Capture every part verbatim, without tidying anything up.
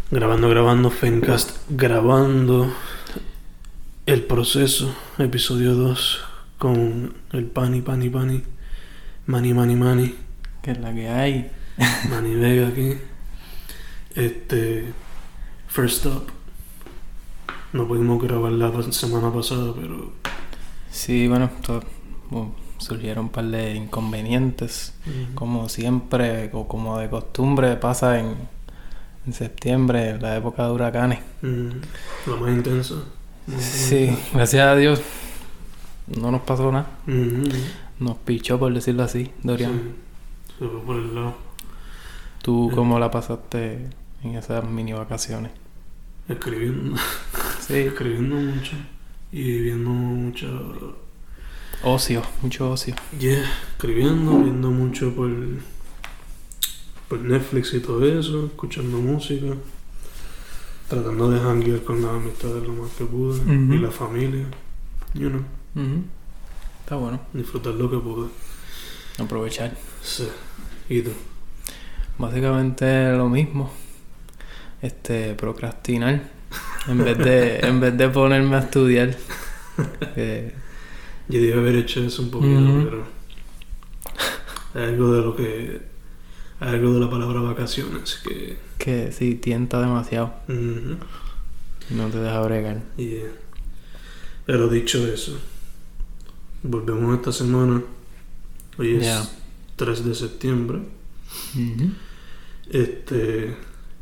Grabando, grabando, Fencast, grabando el proceso, episodio dos, con el Pani, Pani, Pani, Mani, Mani, Mani. Que es la que hay. Mani Vega aquí. Este, first up. No pudimos grabar la semana pasada, pero... Sí, bueno, to- bueno, surgieron un par de inconvenientes. Uh-huh. Como siempre, o como de costumbre, pasa en, en septiembre, la época de huracanes. Uh-huh. La más intensa. Sí, gracias a Dios no nos pasó nada. Uh-huh. Nos pichó, por decirlo así, Dorian. Sí, se fue por el lado. ¿Tú Eh. cómo la pasaste en esas mini vacaciones? Escribiendo. Sí. Escribiendo mucho. Y viendo mucho... Ocio, mucho ocio. Yeah, escribiendo, viendo mucho por, por Netflix y todo eso, escuchando música, tratando de janguear con las amistades lo más que pude, Uh-huh. y la familia, you know, Ujú. Está bueno, disfrutar lo que pude. aprovechar. Sí, y tú. Básicamente lo mismo. Este, procrastinar. En vez de, en vez de ponerme a estudiar. Que, Yo debí haber hecho eso un poquito, Ujú. pero hay algo de lo que, hay algo de la palabra vacaciones que, que sí, tienta demasiado. uh-huh. No te deja bregar. Yeah. Pero dicho eso, volvemos esta semana. Hoy es Yeah. tres de septiembre. Ujú. Este,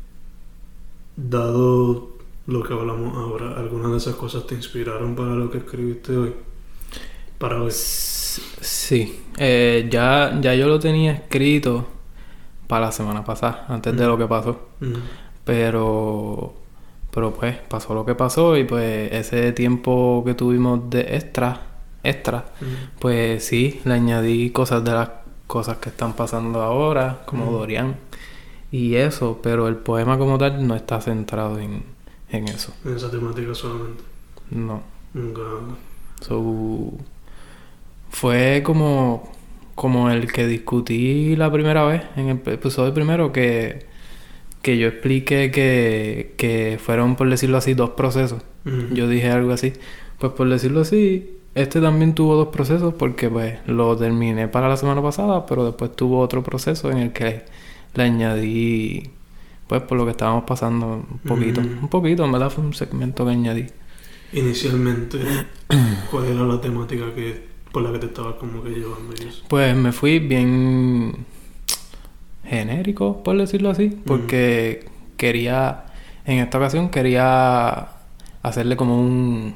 dado lo que hablamos ahora, ¿algunas de esas cosas te inspiraron para lo que escribiste hoy? Para hoy. S- Sí. Eh, ya, ya yo lo tenía escrito para la semana pasada, antes de Mm. lo que pasó. Mm. Pero... Pero pues pasó lo que pasó y pues ese tiempo que tuvimos de extra, extra, Mm. pues sí, le añadí cosas de las cosas que están pasando ahora, como Mm. Dorian y eso, pero el poema como tal no está centrado en, en eso. En esa temática solamente. No. Nunca. So, fue como, como el que discutí la primera vez, en el episodio primero, que, que yo expliqué que, que fueron, por decirlo así, dos procesos. Mm. Yo dije algo así. Pues por decirlo así, este también tuvo dos procesos porque pues lo terminé para la semana pasada, pero después tuvo otro proceso en el que le añadí, pues por lo que estábamos pasando un poquito. Mm. Un poquito, en verdad fue un segmento que añadí. Inicialmente, ¿cuál era la temática que por la que te estabas como que llevando y eso? Pues me fui bien genérico, por decirlo así, porque quería, en esta ocasión quería hacerle como un,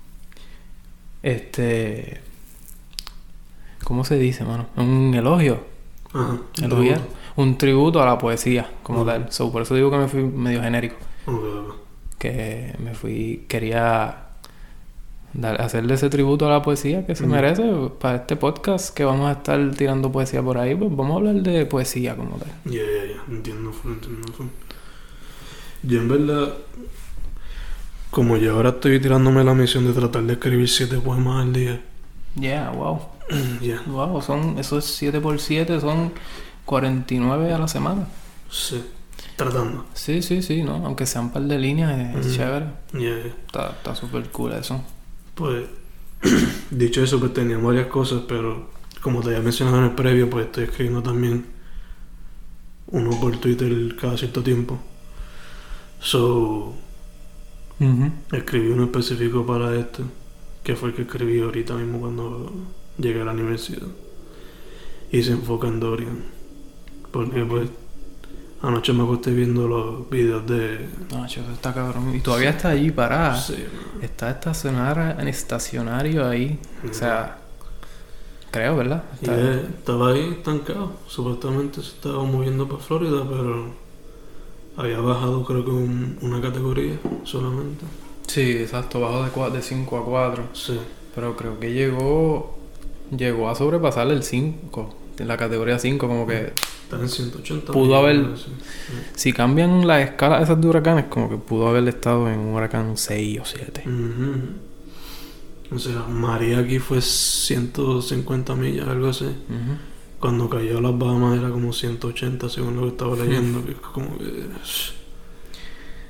este, ¿cómo se dice, mano? Un elogio, Ajá. elogiar, un tributo a la poesía, como Ujú. tal. So, por eso digo que me fui medio genérico, Ok, ok. que me fui, quería dar, hacerle ese tributo a la poesía que se Ujú. merece para este podcast que vamos a estar tirando poesía por ahí. Pues vamos a hablar de poesía como tal. Ya, ya, ya. Entiendo, full, entiendo, full. Yo en verdad, como yo ahora estoy tirándome la misión de tratar de escribir siete poemas al día. Yeah, wow. Ya. Wow, son, eso es siete por siete, son cuarenta y nueve a la semana. Sí. Tratando. Sí, sí, sí, ¿no? Aunque sean un par de líneas, es Ujú. chévere. Ya, ya. Está, está súper cool eso. Pues, dicho eso, pues tenía varias cosas, pero como te había mencionado en el previo, pues estoy escribiendo también uno por Twitter cada cierto tiempo. So, Ujú. escribí uno específico para esto, que fue el que escribí ahorita mismo cuando llegué a la universidad. Y se enfoca en Dorian. Porque pues anoche me acosté viendo los videos de... No, eso está cabrón. Y todavía está allí parada. Sí, man. Está estacionar, en estacionario ahí. O sea, creo, ¿verdad? Y Está... él estaba ahí estancado. Supuestamente se estaba moviendo para Florida, pero había bajado creo que un- una categoría solamente. Sí, exacto. Bajó de, cua- de cinco a cuatro. Sí. Pero creo que llegó... Llegó a sobrepasar el cinco. En la categoría cinco, como que... Está en ciento ochenta. Pudo haber- millones, sí. Si cambian las escalas esas de huracanes, como que pudo haber estado en un huracán seis o siete. Ujú. O sea, María aquí fue ciento cincuenta millas, algo así. Ujú. Cuando cayó a las Bahamas era como ciento ochenta según lo que estaba leyendo. Que es como que...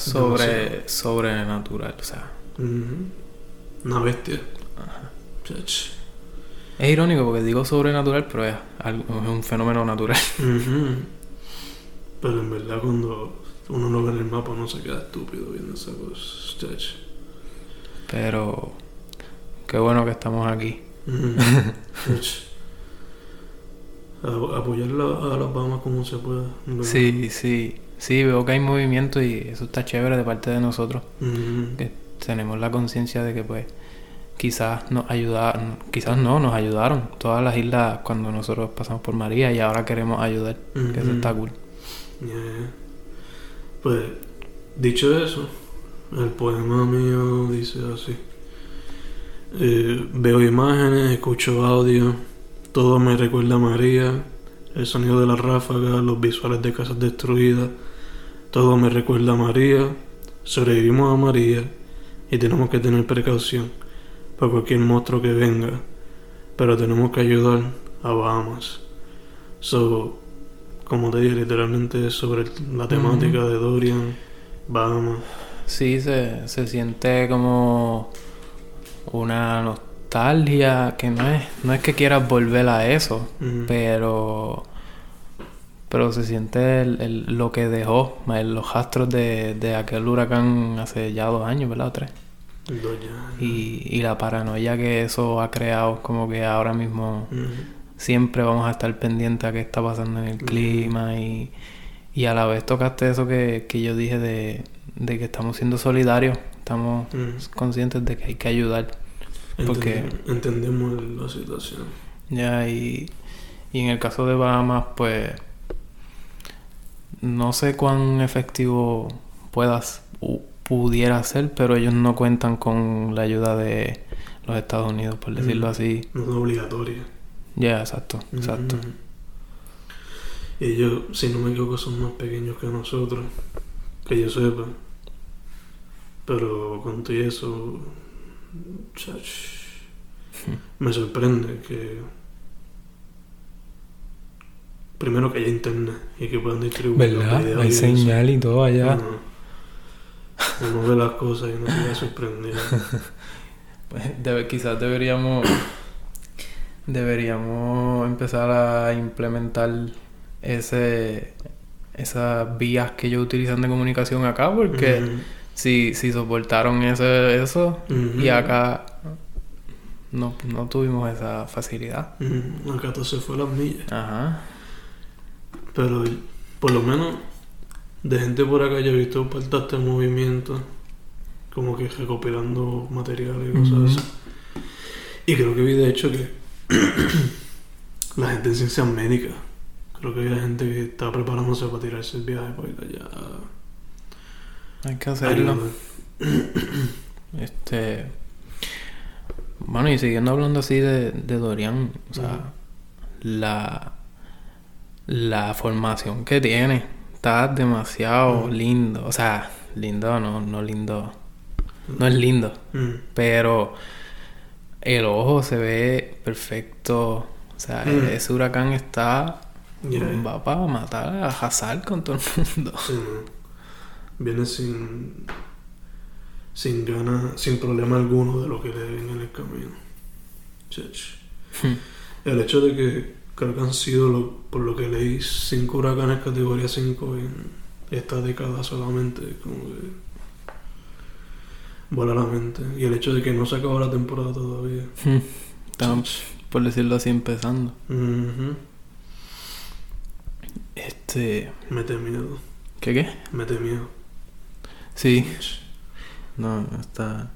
sobre sobrenatural, o sea. Uh-huh. Una bestia. Ajá. Chach. Es irónico porque digo sobrenatural, pero es, algo, es un fenómeno natural. Uh-huh. Pero en verdad cuando uno lo ve en el mapa no se queda estúpido viendo esa cosa. Chach. Pero qué bueno que estamos aquí. Uh-huh. A- apoyar la, a las Bahamas como se pueda. ¿Verdad? Sí, sí. Sí, veo que hay movimiento y eso está chévere de parte de nosotros. Uh-huh. Que tenemos la conciencia de que pues quizás nos ayudaron, quizás no, nos ayudaron todas las islas cuando nosotros pasamos por María y ahora queremos ayudar. Uh-huh. Que eso está cool. Yeah. Pues, dicho eso, el poema mío dice así. Eh, veo imágenes, escucho audio, todo me recuerda a María, el sonido de las ráfagas, los visuales de casas destruidas, todo me recuerda a María, sobrevivimos a María y tenemos que tener precaución para cualquier monstruo que venga, pero tenemos que ayudar a Bahamas. So, como te dije, literalmente es sobre la temática uh-huh. de Dorian, Bahamas. Sí, se, se siente como una nostalgia que no es no es que quieras volver a eso, uh-huh. pero pero se siente el, el, lo que dejó, los rastros de, de aquel huracán hace ya dos años, ¿verdad? O tres. Dos ya. Y, y la paranoia que eso ha creado, como que ahora mismo uh-huh. siempre vamos a estar pendientes a qué está pasando en el uh-huh. clima y, y a la vez tocaste eso que, que yo dije de, de que estamos siendo solidarios, estamos uh-huh. conscientes de que hay que ayudar. Porque Entendemos, entendemos la situación. Ya, y, y en el caso de Bahamas, pues no sé cuán efectivo puedas u, pudiera ser, pero ellos no cuentan con la ayuda de los Estados Unidos, por decirlo mm, así. No es obligatoria. Ya, yeah, exacto, exacto. Mm. Y ellos, si no me equivoco, son más pequeños que nosotros, que yo sepa. Pero con todo eso, chach, me sorprende que primero que haya internet y que puedan distribuir ¿verdad? Los videos. Hay señal y todo allá. Uno, uno ve las cosas y no se queda sorprendido. Pues debe, quizás deberíamos deberíamos empezar a implementar ese esas vías que ellos utilizan de comunicación acá, porque uh-huh. si, si soportaron ese, eso uh-huh. y acá no, no tuvimos esa facilidad. Uh-huh. Acá todo se fue a las millas. Ajá. Pero por lo menos de gente por acá yo he visto partes de movimiento, como que recopilando materiales y cosas uh-huh. así. Y creo que vi de hecho que la gente en ciencias médicas, creo que había gente que estaba preparándose para tirarse el viaje para ir allá. Hay que hacerlo. este Bueno, y siguiendo hablando así de, de Dorian, o sea, uh-huh. la la formación que tiene está demasiado uh-huh. lindo. O sea, lindo no, no lindo. Uh-huh. No es lindo. Uh-huh. Pero el ojo se ve perfecto. O sea, uh-huh. ese huracán está... Yeah. Va para matar a Hazard con todo el mundo. Sí, no. Viene sin... Sin ganas, sin problema alguno de lo que le ven en el camino. Chach. Hmm. El hecho de que creo que han sido, lo, por lo que leí, cinco huracanes categoría cinco en esta década solamente, como que vuela la mente. Y el hecho de que no se acabó la temporada todavía. Hmm. Estamos, por decirlo así, empezando. Uh-huh. Este... Mete miedo. ¿Qué qué? Mete miedo. Sí. No, está...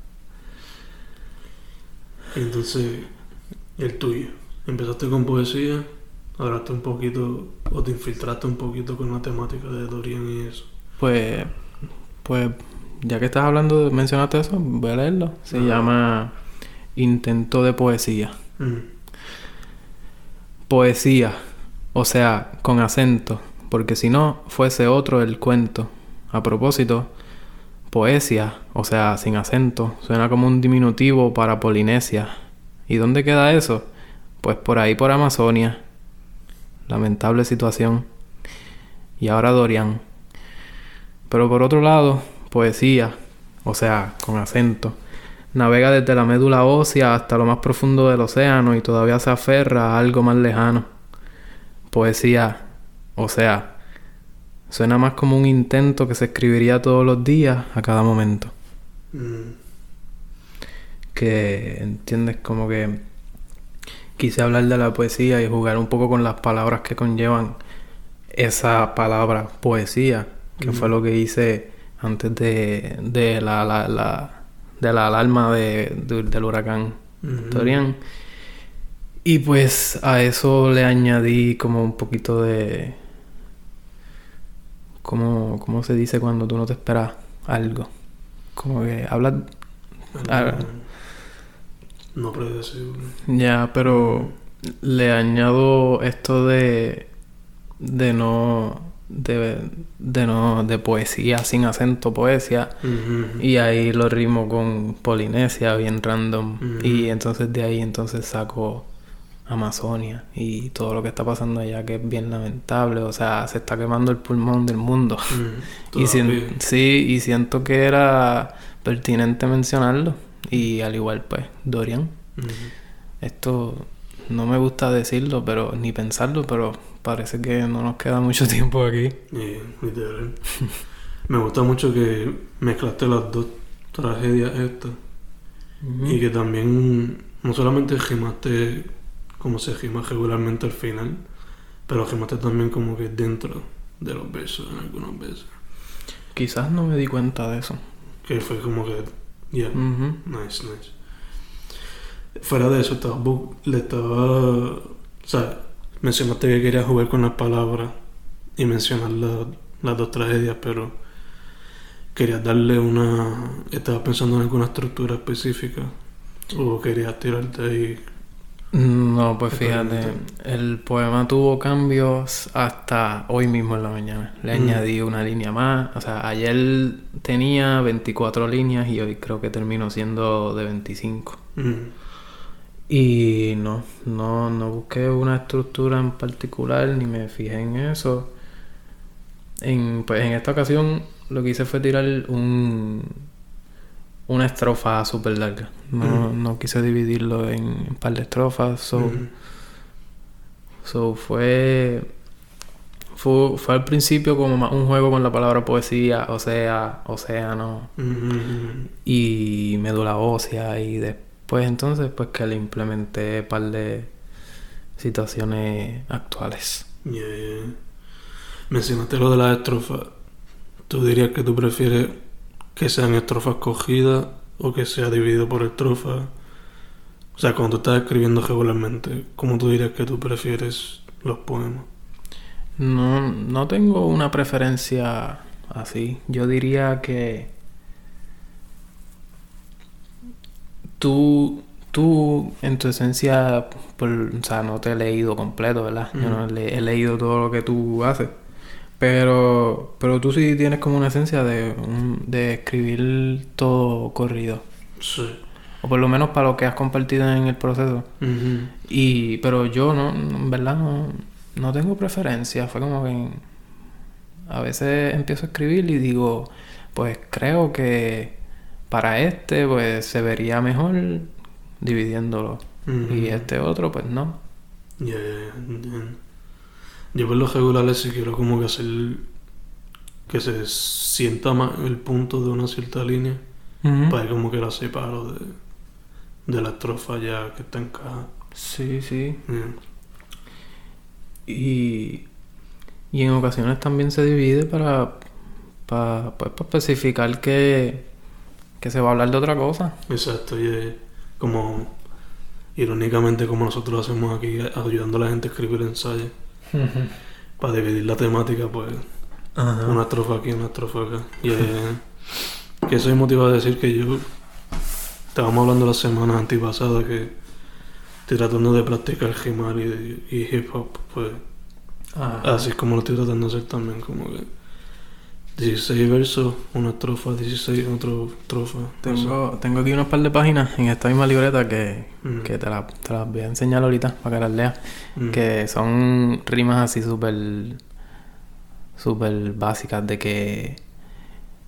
Entonces, el tuyo. Empezaste con poesía, hablaste un poquito, o te infiltraste un poquito con la temática de Dorian y eso. Pues, pues, ya que estás hablando, de, mencionaste eso, voy a leerlo. Se ah. llama Intento de Poesía. Mm. Poesía, o sea, con acento, porque si no, fuese otro el cuento. A propósito, poesía, o sea, sin acento, suena como un diminutivo para Polinesia. ¿Y dónde queda eso? Pues por ahí por Amazonia. Lamentable situación. Y ahora Dorian. Pero por otro lado, poesía, o sea, con acento, navega desde la médula ósea hasta lo más profundo del océano y todavía se aferra a algo más lejano. Poesía, o sea, suena más como un intento que se escribiría todos los días, a cada momento. Mm. Que, ¿entiendes? Como que quise hablar de la poesía y jugar un poco con las palabras que conllevan esa palabra poesía, que mm. fue lo que hice antes de, de la, la, la de la alarma de, de, del huracán mm-hmm. Dorian. Y pues a eso le añadí como un poquito de... Como, ¿cómo se dice cuando tú no te esperas algo? Como que hablas... Ah, no predecible. Ya, pero mm. le añado esto de... De no... De, de no... De poesía sin acento, poesía. Mm-hmm. Y ahí lo rimo con Polinesia, bien random. Mm-hmm. Y entonces de ahí entonces saco... Amazonia y todo lo que está pasando allá, que es bien lamentable. O sea, se está quemando el pulmón del mundo. Mm, y si, sí, y siento que era pertinente mencionarlo. Y al igual, pues, Dorian. Mm. Esto no me gusta decirlo, pero ni pensarlo, pero parece que no nos queda mucho tiempo aquí. Yeah, literal. Me gusta mucho que mezclaste las dos tragedias estas. Mm-hmm. Y que también no solamente rimaste como se rima regularmente al final, pero rimaste también como que dentro de los versos en algunas veces. Quizás no me di cuenta de eso. Que fue como que... Yeah, mm-hmm. nice, nice. Fuera de eso, estaba, le estaba... O sea, mencionaste que querías jugar con las palabras y mencionar la, las dos tragedias, pero querías darle una... ¿Estabas pensando en alguna estructura específica? ¿O querías tirarte ahí...? No, pues fíjate, el poema tuvo cambios hasta hoy mismo en la mañana. Le mm. añadí una línea más. O sea, ayer tenía veinticuatro líneas y hoy creo que terminó siendo de veinticinco. Mm. Y no, no, no busqué una estructura en particular ni me fijé en eso. En, pues en esta ocasión lo que hice fue tirar un... una estrofa súper larga. No, mm. no quise dividirlo en un par de estrofas. So, mm. so fue, fue... Fue al principio como más un juego con la palabra poesía, o sea, océano. Mm-hmm. Y médula ósea. Y después entonces pues que le implementé un par de situaciones actuales. Yeah, yeah. Mencionaste lo de las estrofas. ¿Tú dirías que tú prefieres que sean estrofas cogidas o que sea dividido por estrofas? O sea, cuando tú estás escribiendo regularmente, ¿cómo tú dirías que tú prefieres los poemas? No, no tengo una preferencia así. Yo diría que tú, tú en tu esencia, por, o sea, no te he leído completo, ¿verdad? Mm. Yo no le, he leído todo lo que tú haces. Pero, pero tú sí tienes como una esencia de, de escribir todo corrido. Sí. O por lo menos para lo que has compartido en el proceso. Uh-huh. Y, pero yo no, en verdad no, no tengo preferencia. Fue como que a veces empiezo a escribir y digo, pues creo que para este pues se vería mejor dividiéndolo. Uh-huh. Y este otro pues no. Yeah, yeah, yeah. Yo por lo regular sí quiero como que hacer que se sienta más el punto de una cierta línea, uh-huh. para que como que la separo de, de la estrofa ya que está encajada. Sí, sí. Yeah. Y, y en ocasiones también se divide para, para, pues, para especificar que, que se va a hablar de otra cosa. Exacto, y es como irónicamente como nosotros hacemos aquí ayudando a la gente a escribir ensayos. Uh-huh. Para dividir la temática, pues uh-huh. una estrofa aquí, una estrofa acá. Y eh, que eso me motiva a decir que yo estábamos hablando las semanas antepasadas que estoy tratando de practicar rimar y, y hip hop, pues uh-huh. así es como lo estoy tratando de hacer también, como que dieciséis versos, una estrofa, dieciséis, otra estrofa. Tengo, tengo aquí unos par de páginas en esta misma libreta que, mm. que te, la, te las voy a enseñar ahorita para que las leas. Mm. Que son rimas así súper súper básicas de que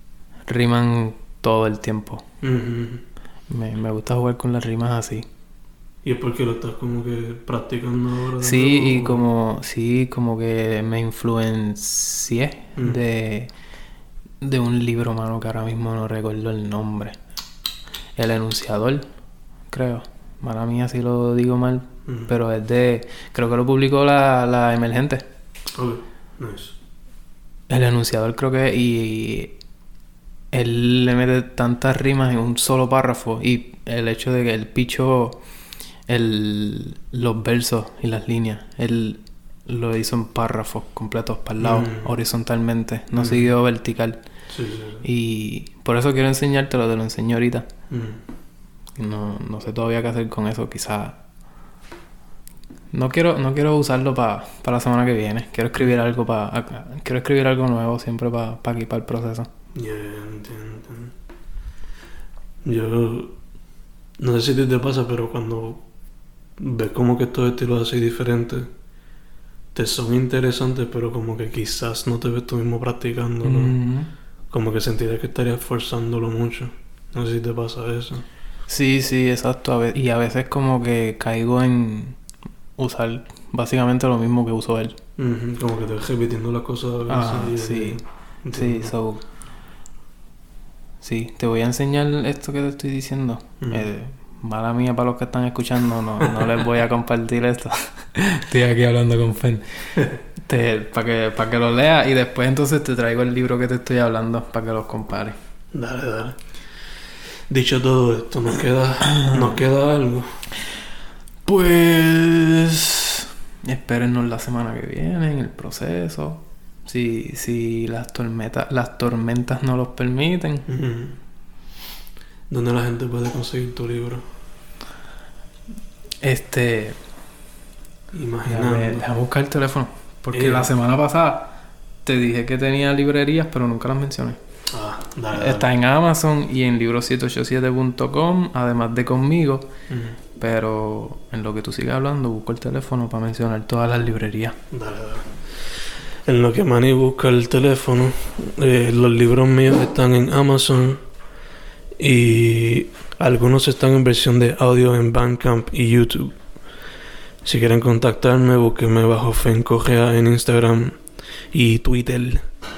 riman todo el tiempo. Uh-huh. Me, me gusta jugar con las rimas así. ¿Y es porque lo estás como que practicando ahora? De Sí, nuevo, y o... como, sí, como que me influencié Mm. de, de un libro, mano, que ahora mismo no recuerdo el nombre. El enunciador, creo. Mala mía si lo digo mal, Mm. pero es de... Creo que lo publicó la, la Emergente. Ok, nice. El enunciador creo que... Y él le mete tantas rimas en un solo párrafo. Y el hecho de que él pichó el, los versos y las líneas, él lo hizo en párrafos completos para el lado, Mm. horizontalmente. No Mm. siguió vertical. Sí, sí, sí. Y por eso quiero enseñártelo, te lo enseño ahorita. Mm. No, no sé todavía qué hacer con eso, quizás. No quiero, no quiero usarlo para pa la semana que viene. Quiero escribir algo para... Quiero escribir algo nuevo siempre para pa aquí, para el proceso. Ya, yeah, entiendo, entiendo. Yo... No sé si te, te pasa, pero cuando ves como que estos estilos así diferentes te son interesantes, pero como que quizás no te ves tú mismo practicándolo. Mm. Como que sentirías que estarías forzándolo mucho. No sé si te pasa eso. Sí, sí, exacto. A ve y a veces como que caigo en usar básicamente lo mismo que usó él. Uh-huh. Como que te ves repitiendo las cosas a veces. Ah, y, sí. y, Sí, so... Sí, te voy a enseñar esto que te estoy diciendo. Mm. Eh, mala mía para los que están escuchando, no, no les voy a compartir esto. Estoy aquí hablando con Fen. Para que, pa que lo leas y después entonces te traigo el libro que te estoy hablando para que los compares. Dale, dale. Dicho todo esto, ¿nos queda, nos queda algo? Pues... espérennos la semana que viene en el proceso. Si, si las tormentas, las tormentas no los permiten. Uh-huh. ¿Dónde la gente puede conseguir tu libro? Este... Imaginando. Déjame, déjame buscar el teléfono. Porque Eh. la semana pasada te dije que tenía librerías, pero nunca las mencioné. Ah, dale, dale. Está en Amazon y en libro siete ocho siete punto com, además de conmigo. Uh-huh. Pero en lo que tú sigas hablando, busco el teléfono para mencionar todas las librerías. Dale, dale. En lo que Manny busca el teléfono, eh, los libros míos están en Amazon y algunos están en versión de audio en Bandcamp y YouTube. Si quieren contactarme, búsquenme bajo Fen Correa en Instagram y Twitter.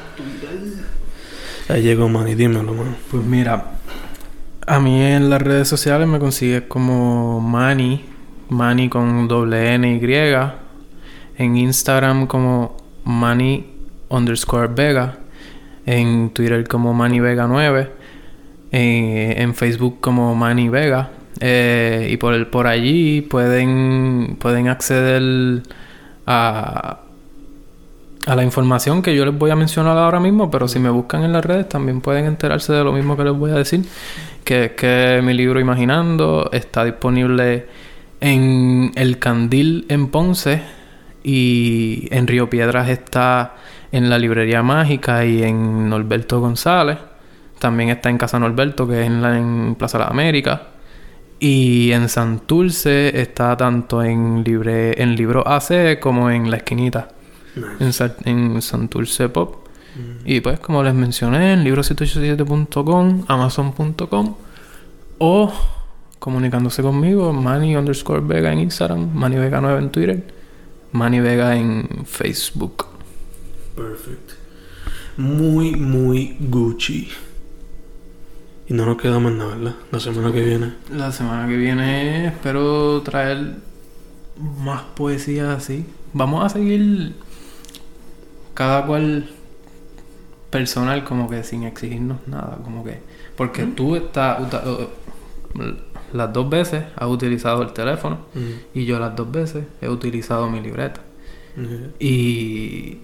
Ahí llegó Manny, dímelo, man. Pues mira, a mí en las redes sociales me consigues como Manny, Manny con doble N Y, en Instagram como Manny underscore Vega, en Twitter como Manny Vega nueve, eh, en Facebook como Manny Vega, eh, y por el, por allí pueden pueden acceder a a la información que yo les voy a mencionar ahora mismo, pero si me buscan en las redes también pueden enterarse de lo mismo que les voy a decir, que es que mi libro Imaginando está disponible en El Candil en Ponce y en Río Piedras está en la Librería Mágica y en Norberto González. También está en Casa Norberto, que es en, la, en Plaza de las Américas. Y en Santurce está tanto en, libre, en Libro A C como en La Esquinita. Nice. En, en Santurce Pop. Mm. Y pues, como les mencioné, en libro siete ocho siete punto com, amazon punto com o comunicándose conmigo, Manny underscore Vega en Instagram, Manny Vega nueve en Twitter, Manny Vega en Facebook. Perfect. Muy, muy Gucci. Y no nos queda más nada, ¿verdad? La semana que viene. La semana que viene espero traer más poesía así. Vamos a seguir cada cual personal, como que sin exigirnos nada, como que porque mm. tú estás uh, las dos veces has utilizado el teléfono mm. y yo las dos veces he utilizado mi libreta. Mm. Y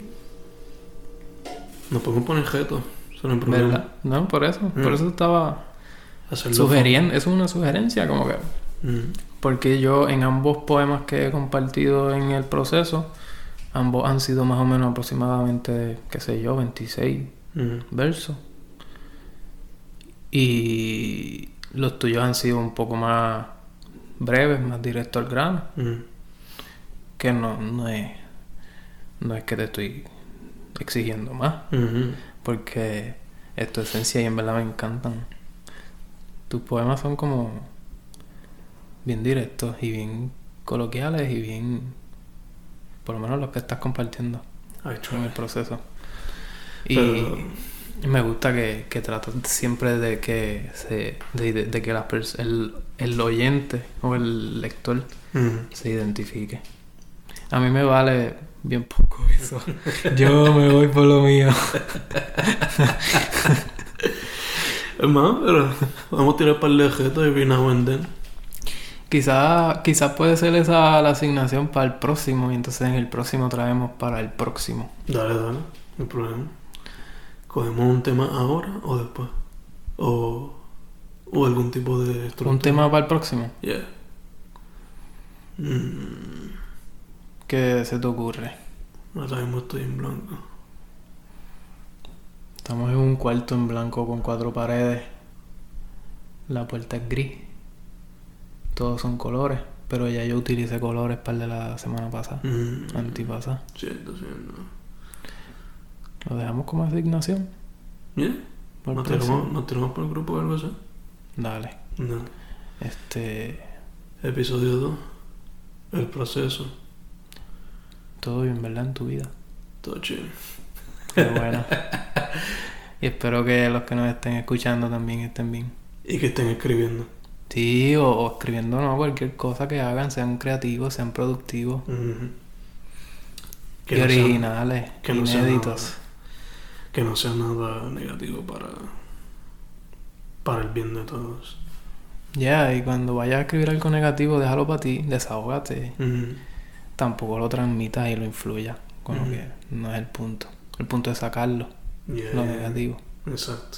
nos podemos poner jetos, eso no es problema. ¿verdad? No, por eso, mm. por eso estaba Hacerlo sugiriendo, es una sugerencia como que mm. porque yo en ambos poemas que he compartido en el proceso, ambos han sido más o menos aproximadamente, qué sé yo, veintiséis mm. versos. Y los tuyos han sido un poco más breves, más directo al grano. Mm. Que no, no es no es que te estoy exigiendo más. Mm-hmm. Porque es tu esencia y en verdad me encantan. Tus poemas son como bien directos y bien coloquiales y bien, por lo menos los que estás compartiendo en el proceso. Y Pero... me gusta que, que tratas siempre de que se de, de, de que la pers- el, el oyente o el lector mm. se identifique. A mí me vale bien poco eso. Yo me voy por lo mío. Es más, pero vamos a tirar par de jetas y now and then. Quizás quizás puede ser esa la asignación para el próximo y entonces en el próximo traemos para el próximo. Dale, dale, no hay problema. ¿Cogemos un tema ahora o después? O, o algún tipo de estructura. ¿Un tema para el próximo? Yeah. Mm, ¿Qué se te ocurre? ahora mismo estoy en blanco. Estamos en un cuarto en blanco con cuatro paredes. La puerta es gris. Todos son colores, pero ya yo utilicé colores para el de la semana pasada. Mm, Antipasada. Cierto, cierto. ¿Lo dejamos como asignación? ¿Yeah? ¿Por ¿Nos próximo? tiramos, ¿Nos tiramos por el grupo o algo así? Dale. No. Este... Episodio dos. El proceso. Todo bien, ¿verdad? En tu vida. Todo chill. Qué bueno. Y espero que los que nos estén escuchando también estén bien. Y que estén escribiendo. Sí, o, o escribiendo, no, cualquier cosa que hagan, sean creativos, sean productivos. Mm-hmm. Y no sea- originales, que no sea inéditos. nada- que no sea nada negativo para, para el bien de todos. Ya, y cuando vayas a escribir algo negativo, déjalo para ti, desahógate. Mm-hmm. Tampoco lo transmitas y lo influyas, con lo Ujú. que no es el punto. El punto es sacarlo, Yeah, lo yeah. negativo. Exacto.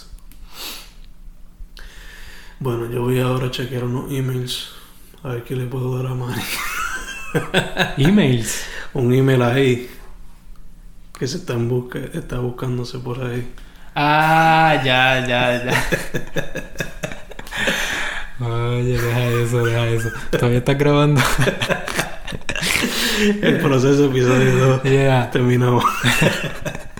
Bueno, yo voy ahora a chequear unos emails. A ver qué le puedo dar a Mari. Emails. Un email ahí. Que se está, en busca, está buscándose por ahí. Ah, ya, ya, ya. Oye, deja eso, deja eso. Todavía estás grabando. El proceso episodio dos. Yeah. Terminamos.